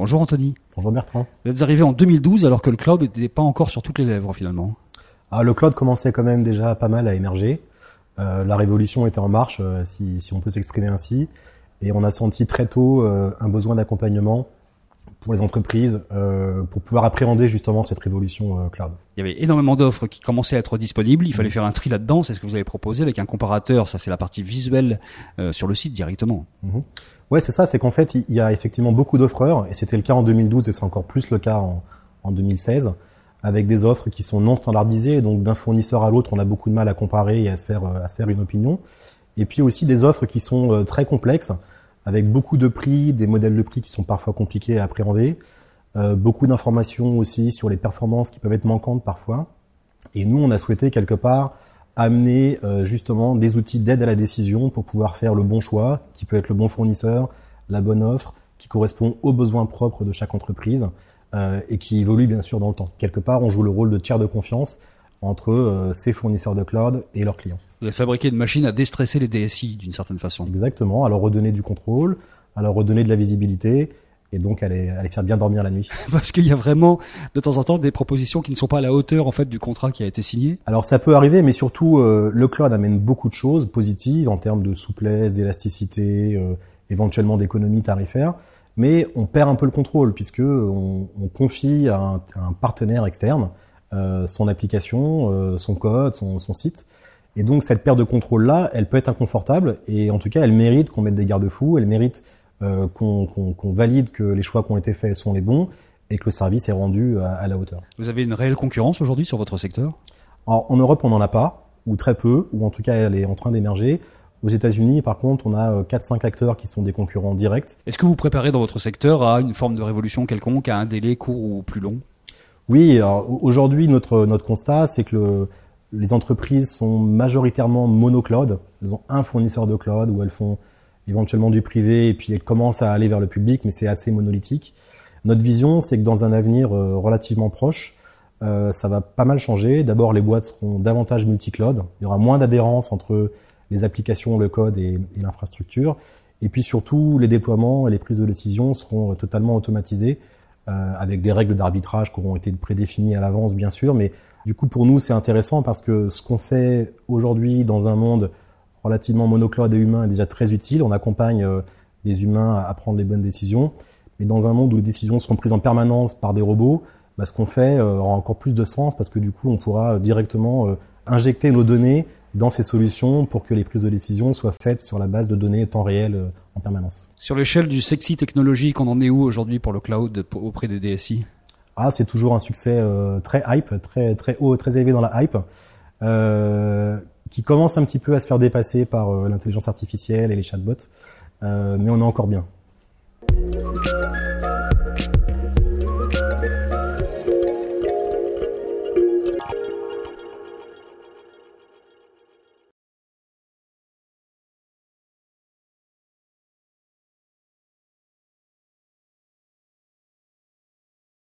Bonjour Anthony. Bonjour Bertrand. Vous êtes arrivé en 2012 alors que le cloud n'était pas encore sur toutes les lèvres finalement. Le cloud commençait quand même déjà pas mal à émerger. La révolution était en marche, si on peut s'exprimer ainsi. Et on a senti très tôt un besoin d'accompagnement pour les entreprises pour pouvoir appréhender justement cette révolution cloud. Il y avait énormément d'offres qui commençaient à être disponibles. Il fallait faire un tri là-dedans. C'est ce que vous avez proposé avec un comparateur. Ça, c'est la partie visuelle sur le site directement. Ouais, c'est ça. C'est qu'en fait, il y a effectivement beaucoup d'offreurs et c'était le cas en 2012 et c'est encore plus le cas en 2016 avec des offres qui sont non standardisées. Donc d'un fournisseur à l'autre, on a beaucoup de mal à comparer et à se faire une opinion. Et puis aussi des offres qui sont très complexes avec beaucoup de prix, des modèles de prix qui sont parfois compliqués à appréhender, beaucoup d'informations aussi sur les performances qui peuvent être manquantes parfois. Et nous, on a souhaité quelque part amener justement des outils d'aide à la décision pour pouvoir faire le bon choix, qui peut être le bon fournisseur, la bonne offre, qui correspond aux besoins propres de chaque entreprise et qui évolue bien sûr dans le temps. Quelque part, on joue le rôle de tiers de confiance entre ces fournisseurs de cloud et leurs clients. Vous avez fabriqué une machine à déstresser les DSI d'une certaine façon. Exactement, à leur redonner du contrôle, à leur redonner de la visibilité et donc à les faire bien dormir la nuit. Parce qu'il y a vraiment de temps en temps des propositions qui ne sont pas à la hauteur en fait du contrat qui a été signé. Alors ça peut arriver, mais surtout le cloud amène beaucoup de choses positives en termes de souplesse, d'élasticité, éventuellement d'économie tarifaire, mais on perd un peu le contrôle puisque on confie à un partenaire externe son application, son code, son site. Et donc cette perte de contrôle-là, elle peut être inconfortable et en tout cas, elle mérite qu'on mette des garde-fous, elle mérite qu'on valide que les choix qui ont été faits sont les bons et que le service est rendu à la hauteur. Vous avez une réelle concurrence aujourd'hui sur votre secteur ? Alors, en Europe, on n'en a pas, ou très peu, ou en tout cas, elle est en train d'émerger. Aux États-Unis, par contre, on a 4-5 acteurs qui sont des concurrents directs. Est-ce que vous préparez dans votre secteur à une forme de révolution quelconque, à un délai court ou plus long ? Oui, alors, aujourd'hui, notre constat, c'est que les entreprises sont majoritairement monocloud. Elles ont un fournisseur de cloud où elles font éventuellement du privé et puis elles commencent à aller vers le public, mais c'est assez monolithique. Notre vision, c'est que dans un avenir relativement proche, ça va pas mal changer. D'abord, les boîtes seront davantage multi-cloud. Il y aura moins d'adhérence entre les applications, le code et l'infrastructure. Et puis surtout, les déploiements et les prises de décision seront totalement automatisés avec des règles d'arbitrage qui auront été prédéfinies à l'avance, bien sûr, mais du coup, pour nous, c'est intéressant parce que ce qu'on fait aujourd'hui dans un monde relativement monocloud et humain est déjà très utile. On accompagne des humains à prendre les bonnes décisions. Mais dans un monde où les décisions seront prises en permanence par des robots, ce qu'on fait aura encore plus de sens parce que du coup, on pourra directement injecter nos données dans ces solutions pour que les prises de décision soient faites sur la base de données temps réel en permanence. Sur l'échelle du sexy technologique, on en est où aujourd'hui pour le cloud auprès des DSI ? C'est toujours un succès très hype, très haut, très élevé dans la hype, qui commence un petit peu à se faire dépasser par l'intelligence artificielle et les chatbots, mais on est encore bien.